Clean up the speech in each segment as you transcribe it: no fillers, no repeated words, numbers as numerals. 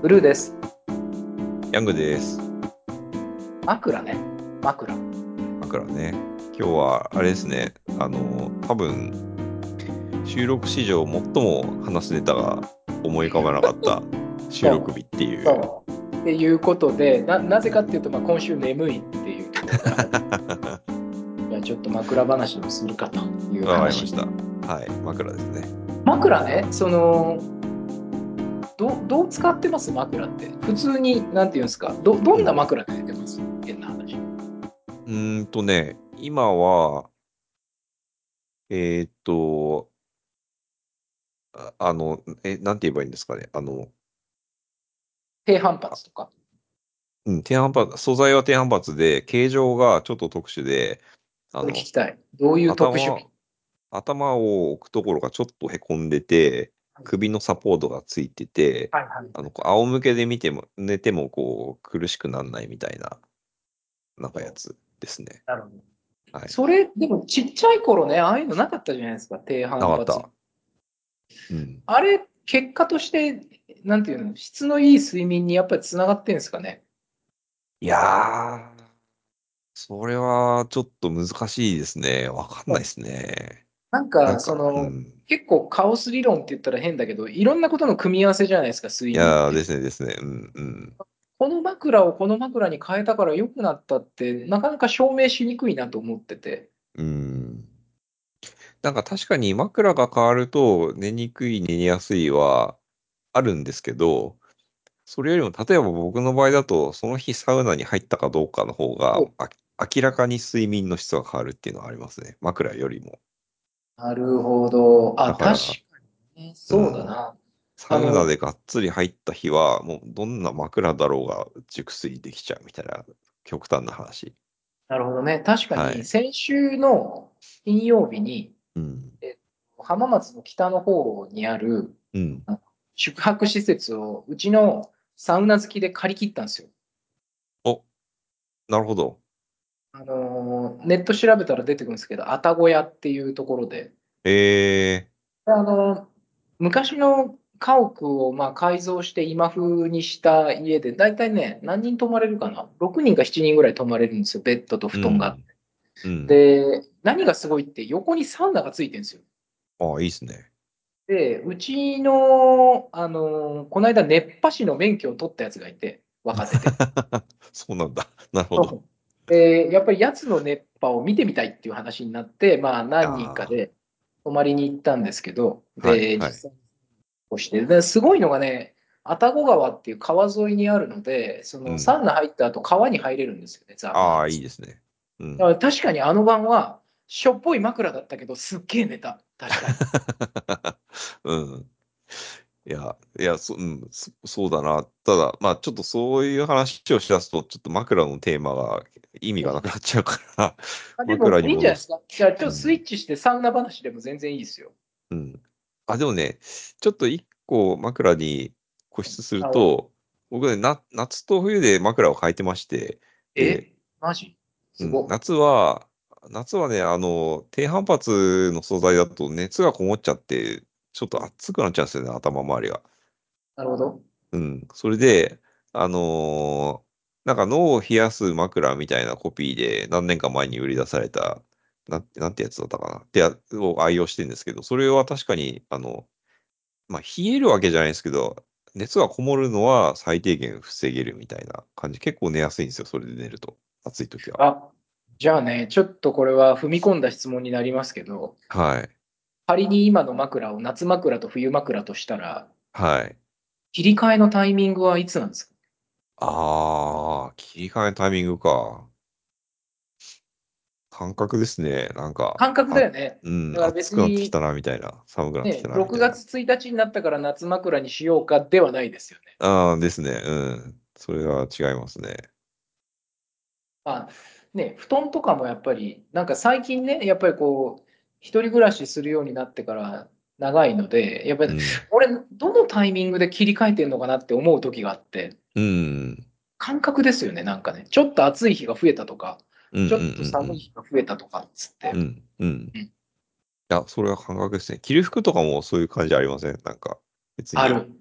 ブルーです。 ヤングです。 枕ね。枕。 枕ね。今日はあれですね。多分収録史上最も話すネタが思い浮かばなかった収録そ日ってう。 いう。 そう。っていうことで、なぜかっていうと、今週眠いっていうところから、 わじゃあちょっと枕話をするかという話。 かりました。はい。枕ですね。 枕ね、どう使ってます枕って。普通に、なんていうんですか、どんなうん。 枕で寝てます変な話。 今は、えーっと、なんて言えばいいんですかね。 低反あ発とか。 低反発、素材は低反発で、形状がちょっと特殊で、あそれ聞の、 きたい。どういう特殊頭、頭を置くところがちょっとへこんでて、首のサポートがついてて、 はいはい。 こう仰向けで見ても、寝てもこう苦しくならないみたいな、なんかやつですね。 なるほど。 はい。 それ、でもちっちゃい頃ね、ああいうのなかったじゃないですか、低反発。 なかった。うん。 あれ、結果として、なんていうの、質のいい睡眠にやっぱりつながってんですかね。 いやー、それはちょっと難しいですね。わかんないですね。 なんか、 なんか、うん。 結構カオス理論って言ったら変だけど、いろんなことの組み合わせじゃないですか、 いやー、 睡眠って。 ですね、ですね。うん、うん。 この枕をこの枕に変えたから良くなったって、なかなか証明しにくいなと思ってて。 うん。なんか確かに枕が変わると寝にくい、寝やすいはあるんですけど、それよりも、例えば僕の場合だと、その日サウナに入ったかどうかの方が、明らかに睡眠の質が変わるっていうのはありますね。枕よりも。 なるほど。あ、確だから、 かにね。 うん。 そうだな。 サウナあの、 でがっつり入った日は、もうどんな枕だろうが熟睡できちゃうみたいな極端な話。 なるほどね。確かに、 はい。 先週の金曜日に、 うん。 え浜松の北の方にあるうん。 宿泊施設をうちのサウナ好きで借り切ったんですよ。 お、なるほど。 ネット調べたら出てくるんですけど、愛宕屋っていうところで、 えあの昔の家屋をまあ改造して今風にした家で、だいたいね、何人泊まれるかな？ 6 人か7人ぐらい泊まれるんですよ、ベッドと布団が。 うん。うん。 で、何がすごいって横にサウナがついてるんですよ。 ああ、いいっすね。 で、うちの、この間熱波師の免許を取ったやつがいて、若手で。 そうなんだ。なるほど。 そうで、やっぱりやつの熱波を見てみたいっていう話になって、まあ何人かあで泊まりに行ったんですけど、 あ、はい、 で、 はい。 実際にこうして、で、すごいのがね、愛宕川っていう川沿いにあるので、そのサうん。 ウナ入った後川に入れるんですよね、ザバーああ、いいッつって。 ですね。うん。 だから確かにあの晩は、しょっぽい枕だったけど、すっげえ寝た。確かに。 うん。そうだな。ただ、まあ、ちょっとそういう話をしだすと、ちょっと枕のテーマが意味がなくなっちゃうから、 あ、でも、 枕に戻す。 いいんじゃないですか。じゃあ、ちょっとスイうん。 ッチしてサウナ話でも全然いいですよ。 うん。あ、でもね、ちょっと一個枕に固執するなるほど。 と、僕ね、夏と冬で枕を変えてまして、で、 えマジうん、 すご。 夏はね、低反発の素材だと熱がこもっちゃって、ちょっと熱くなっちゃうんですよね、頭周りが。 なるほど。 うん。それで、あのなんか脳を冷やす枕みたいなコピーで何年か前に売り出された、なんてやつだったかなってやつを愛用してるんですけど、それは確かに、まあ、冷えるわけじゃないですけど、熱がこもるのは最低限防げるみたいな感じ。結構寝やすいんですよ、それで寝ると。暑い時は。 あ、じゃあね、ちょっとこれは踏み込んだ質問になりますけど、 はい。 仮に今の枕を夏枕と冬枕としたら、 はい。 切り替えのタイミングはいつなんですか？ 切り替えのタイミングか。感覚ですね。なんか、 感覚だよね。 うん、 だから暑くなってき別に、 たな、みたいな。寒くなってきね、 たな、み 6 たいな。 月1日になったから夏枕にしようかではないですよね。 ああ、ですね。うん。それは違いますね。 まあ、ね、布団とかもやっぱり、なんか最近ね、やっぱりこう、一人暮らしするようになってから長いので、やっぱり、 うん。 俺、どのタイミングで切り替えてんのかなって思う時があって、 うん。 感覚ですよね、なんかね。ちょっと暑い日が増えたとか、 うん。うん。 ちょっとうん。 寒い日が増えたとかっつって。 うん。うん。うん。いうん、 や、それは感覚ですね。着る服とかもそういう感じありませんなんか、別に。 ある。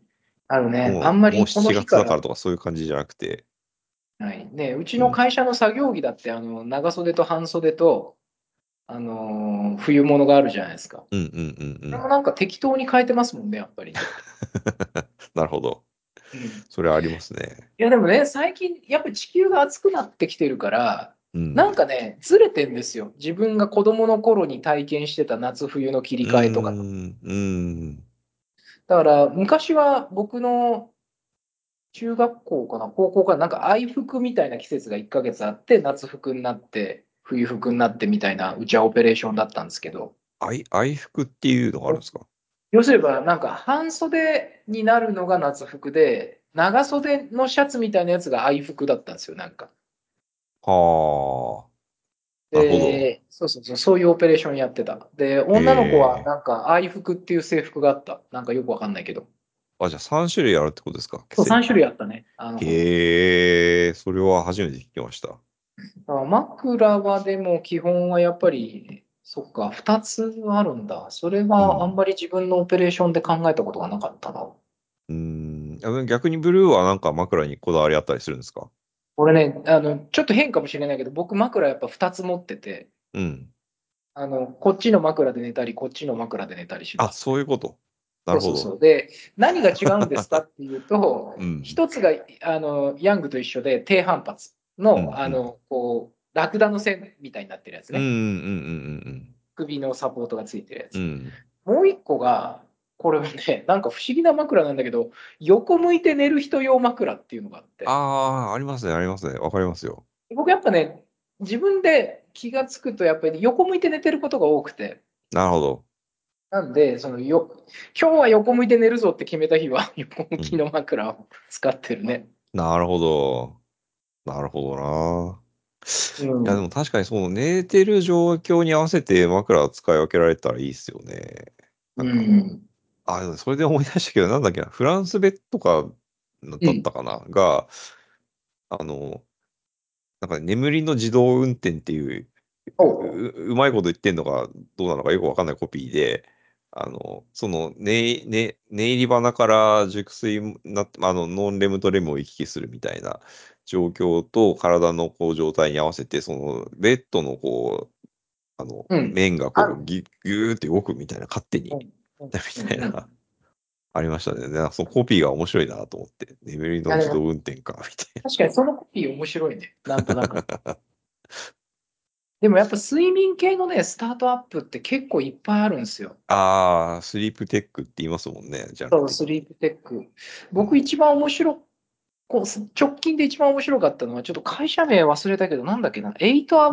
もうあんまりこの 7月だから日から、 とかそういう感じじゃなくて、 はいね、うちうん。 の会社の作業着だって長袖と半袖と、冬物があるじゃないですか。 うんうんうんうん。 これもなんか適当に変えてますもんね、やっぱりね。 なるほど。 うん。 それはありますね。 いやでもね、最近やっぱり地球が暑くなってきてるから、 うん。 なんかね、ずれてんですよ。自分が子供の頃に体験してた夏冬の切りうー替えとかと。 ん。うーん。 だから昔は僕の中学校かな、高校かな、なんか愛服みたいな季節が1ヶ月あって、夏服になって、冬服になってみたいな、うちはオペレーションだったんですけど、 愛服っていうのがあるんですか？ 要すればなんか半袖になるのが夏服で、長袖のシャツみたいなやつが愛服だったんですよ、なんか。 はあ。なるほど。 で、そうそうそう、そういうオペレーションやってた。で、 へ女の子はえ。 なんか愛服っていう制服があった。なんかよくわかんないけど。 あ、じゃあ3種類あるってことですか、 そう、3 制服。 種類あったね、あの頃。 へえ、それは初めて聞きました。 枕はでも基本はやっぱり、そっか、2つあるんだ。それはあんうん。 まり自分のオペレーションで考えたことがなかったな。 うーん。逆にブルーはなんか枕にこだわりあったりするんですか？ 俺ね、ちょっと変かもしれないけど、僕枕やっぱ2つ持ってて、 うん。 こっちの枕で寝たり、こっちの枕で寝たりしまあ、 すね。 そういうこと。なるほど。 そうそうそう。で、何が違うんですかっていうと、 うん。 一つが、ヤングと一緒で低反発の、 うん、うん。 こう、ラクダの線みたいになってるやつうん、うん、 ね。 うん、 首のサポートがついてるやうん。 つ。 うん。 もう一個が、これはね、なんか不思議な枕なんだけど、横向いて寝る人用枕っていうのがあって、 ああ、ありますね、ありますね。わかりますよ。 僕やっぱね、自分で気がつくと、やっぱり横向いて寝てることが多くて、 なるほど。 なんで、今日は横向いて寝るぞって決めた日は、横向うん。 きの枕を使ってるね。 なるほど。なるほどな。 ういや、でん。 も確かにその寝てる状況に合わせて枕を使い分けられたらいいっすよね。なうんか、 ん。 でもそれで思い出したけど、なんだっけな、フランスベッドかだったうん。 かなが、あの、なんか眠りの自動運転っていう、 おうまいこと言ってんのかどうなのかよくわかんないコピーで、その寝入り花から熟睡になって、ノンレムとレムを行き来するみたいな状況と体のこう状態に合わせて、そのベッドのこう、 うん。 面がある。 こうギューって動くみたいな、勝手に、 うん。うん。 みうん。うん。いたいな、ありましたね。なんかそのコピーが面白いなと思って、眠りのや、でも、 自動運転か、みたい確かにそのコピー面白いね。なんとなく。 な。 でもやっぱ睡眠系のね、スタートアップって結構いっぱいあるんですよ。 ああ、スリープテックって言いますもんね、ジャンそう、 ル的に。 スリープテック。 うん。 僕一番面白こう、直近で一番面白かったのは、ちょっと会社名忘れたけど、なんだっけな、 うん。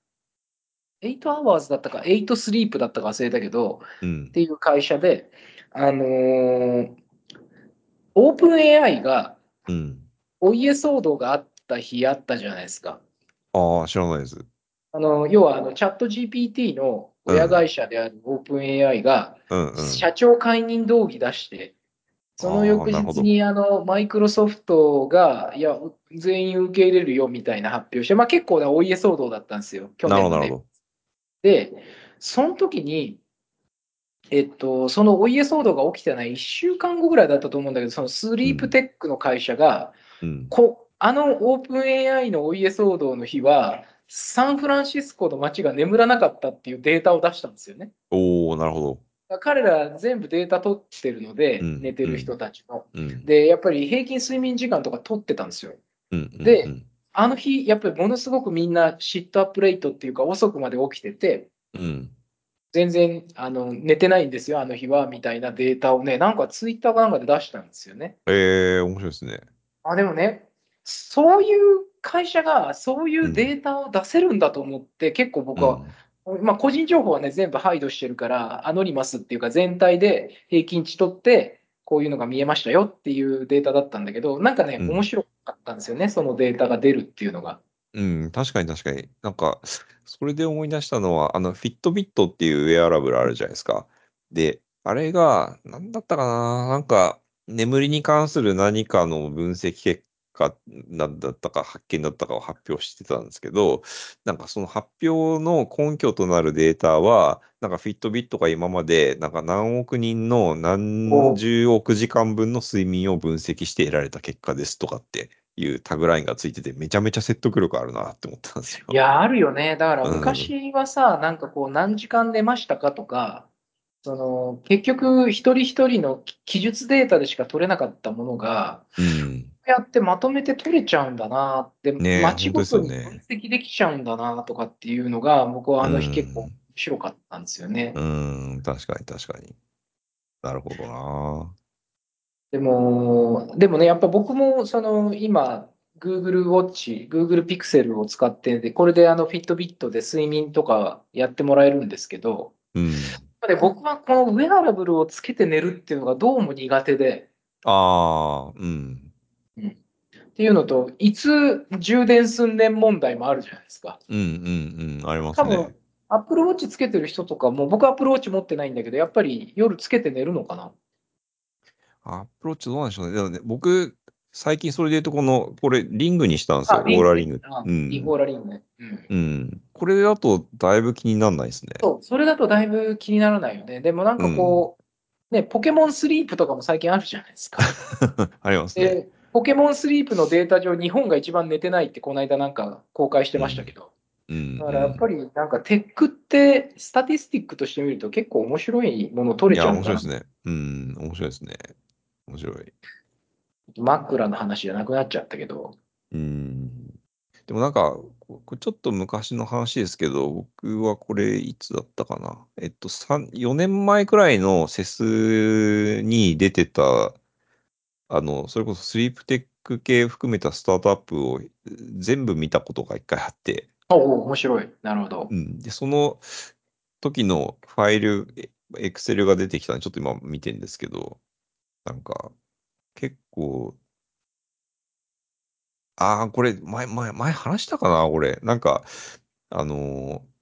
8アワーズだったか、8スリープだったか忘れたけど、 うん。 っていう会社で、あのーオープン AI がうん。 お家騒動があった日あったじゃないですか。 ああ、知らないです。 要はチャット GPT の親うん。 会社であるオープン AI がうんうん。 社長解任動議出して、そのああ、 翌なるほど。 日にマイクロソフトが、いや、全員受け入れるよみたいな発表して、まあ結構なお家騒動だったんですよ、去なるほど、 年のね。 なるほど。 で、その時に、そのお家騒動が起きてない1週間後ぐらいだったと思うんだけど、そのスリープうん。 テックの会社が、 うん。 あのオープン AI のお家騒動の日は、サンフランシスコの街が眠らなかったっていうデータを出したんですよね。 おお、なるほど。 彼ら全部データ取ってるので、寝うん。 てる人うん。 たちの。 うん。 で、やっぱり平均睡眠時間とか取ってたんですよ。 うん。うん。うで、 ん。 あの日、やっぱりものすごくみんなシットアップレイトっていうか遅くまで起きてて、 うん。 全然寝てないんですよ、あの日は、みたいなデータをね、なんかツイッターかなんかで出したんですよね。 面白いですね。 でもね、そういう会社がそういうん。 うデータを出せるんだと思って、結構僕は、 うん。 まあ、個人情報はね、全部排除してるから、アノニマスっていうか、全体で平均値取って、こういうのが見えましたよっていうデータだったんだけど、なんかね、面うん。 白かったんですよね、そのデータが出るっていうのが。 うん。確かに確かに。なんか、それで思い出したのは、フィットビットっていうウェアラブルあるじゃないですか。で、あれが、なんだったかな、なんか、眠りに関する何かの分析結か、なんだったか発見だったかを発表してたんですけど、なんかその発表の根拠となるデータは、なんかフィットビットが今まで、なんか何億人の何十億時間分の睡眠を分析して得られた結果ですとかっていうタグラインがついてて、めちゃめちゃ説得力あるなって思ったんですよ。 いや、あるよね。だからうん。 昔はさ、なんかこう何時間寝ましたかとか、結局一人一人の記述データでしか取れなかったものが、 うん。 こうやってまとめて取れちゃうんだなって、 ねえ、本当です街ごとに分よね。 析できちゃうんだなとかっていうのが、僕はあうの日結構面ん。 白かったんですようね。 ん。確かに確かに。なるほどな。 でもね、やっぱ僕も今、Google Watch、Google Pixel を使ってで、これでフィットビットで睡眠とかやってもらえるんですけど、 うん。 で僕はこのウェアラブルをつけて寝るっていうのがどうも苦手で、 ああ、うん。 うん、っていうのと、いつ充電済んでん問題もあるじゃないですか。 うんうんうん。ありま多分、 すね。 Apple Watch つけてる人とかも、僕 Apple Watch 持ってないんだけど、やっぱり夜つけて寝るのかな。 アプローチどうなんでしょうね。でもね、僕、最近それで言うと、これ、リングにしたんですよ。 あ、リンクね。 オーラリング。 あ、リオうん。 ーラリングね。うん。 うん。これだと、だいぶ気にならないですね。 そう、それだとだいぶ気にならないよね。でもなんうん。 かこう、ね、ポケモンスリープとかも最近あるじゃないですか。 ありますね。 で、ポケモンスリープのデータ上、日本が一番寝てないってこの間なんか公開してうん。 ましたけど。 うん。 だからやっぱうん。 りなんかテックってスタティスティックとして見ると結構面白いもの取いや、 れちゃうんだな。 面白いですね。うん。面白いですね。面白い。 枕の話じゃなくなっちゃったけど。 うん。でもなんか、これちょっと昔の話ですけど、僕はこれいつだったかな。4年前くらいのセスに出てた、それこそスリープテック系含めたスタートアップを全部見たことが一回あって、 おお、面白い。なるほど。 うん。で、その時のファイル、エクセルが出てきたんで、ちょっと今見てるんですけど、なんか、結構、これ、前話したかな、これ。なんか、あのー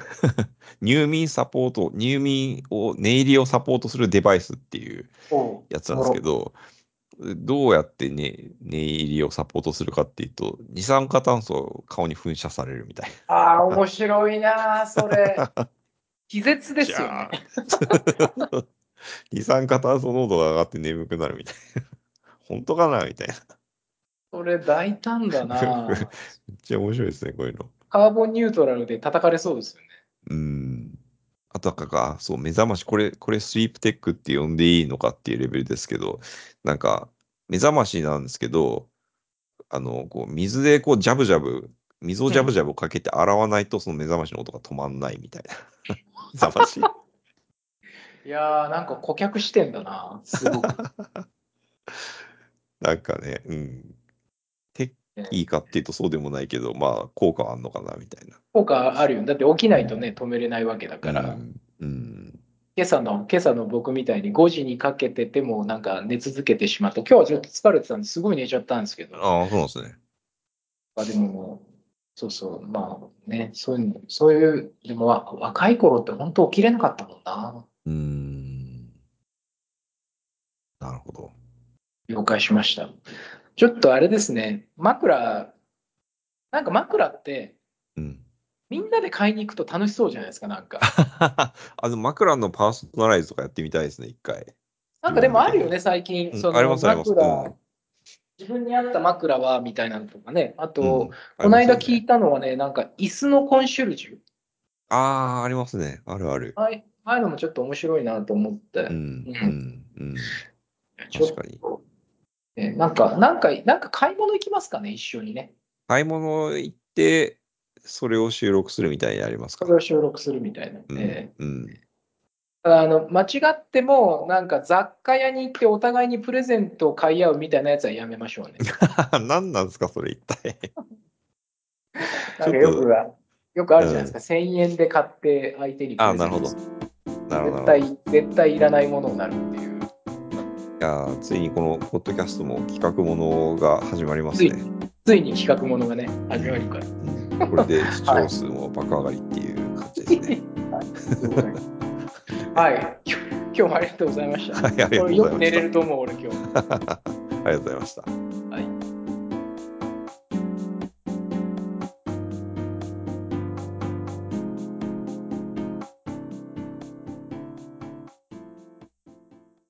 入眠を、寝入りをサポートするデバイスっていうおお、 やつなんですけおもろ。 ど、どうやって寝入りをサポートするかっていうと、二酸化炭素を顔に噴射されるみたいああ、面白いなー、それ。 な。 気絶でじすよね。 ゃー二酸化炭素濃度が上がって眠くなるみたいな。本当かなみたいな。 それ大胆だめっな。 ちゃ面白いですね、こういうの。 カーボンニュートラルで叩かれそうですよね。 うん。あとそう、目覚まし、これスリープテックって呼んでいいのかっていうレベルですけど、なんか、目覚ましなんですけど、水でこう、水をうん。 ジャブジャブかけて洗わないと、その目覚ましの音が止まんないみたいな。目覚まし。 いやー、なんか顧客視点だな。すごく。 なんかね、うん。テッキーね、 かっていうとそうでもないけど、まあ、効果はあんのかな、みたいな。 効果あるよ。だって起きないとね、止めれないわけだうから。 ん、うん。 今朝の僕みたいに5時にかけててもなんか寝続けてしまった。今日はちょっと疲れてたんですごい寝ちゃったんですけど。 ああ、そうなんですね。 でも、そうそう、まあね、そういう、でも若い頃って本当起きれなかったもんな。 うーん。なるほど。 了解しました。ちょっとあれですね、なんか枕ってうん。 みんなで買いに行くと楽しそうじゃないですか、なんか。 枕のパーソナライズとかやってみたいですね、一回。自なんかで分でできる。 もあるよね、最近。 うん、あります、あります。う枕、 ん。 自分に合った枕は、みたいなのとかね。あと、 うん。ありこの間聞いますよね。 たのはね、なんか椅子のコンシェルジュ。 ああ、ありますね。あるある。 ああいうのもちょっと面白いなと思って。ううん、うん。 ん、うん。 ちょっ確かに。 と、なんか買い物行きますかね、一緒にね。 買い物行って、それを収録するみたいにありますか。 それを収録するみたいな。 うん、うん。 間違っても、なんか雑貨屋に行ってお互いにプレゼントを買い合うみたいなやつはやめましょうね。 何なんですか、それ一体。 なんかちょっと、 よくあうるじゃないですか。 ん。 1000円で買って相手にプああ、 レゼントすなるほど。なるほど、なるほど。 絶対、絶対いらないものになるっていう。 いやー、ついにこのポッドキャストも企画ものが始まりますね。 ついに、ついに企画ものがね、 うん。 始まるから。 うん。これで視聴はい。 数も爆上がりっていう感じですね。 はい。了解。はい。今日もありがとうございました。 はい、ありがこれとうございました。 よく寝れると思う、俺今日。 ありがとうございました。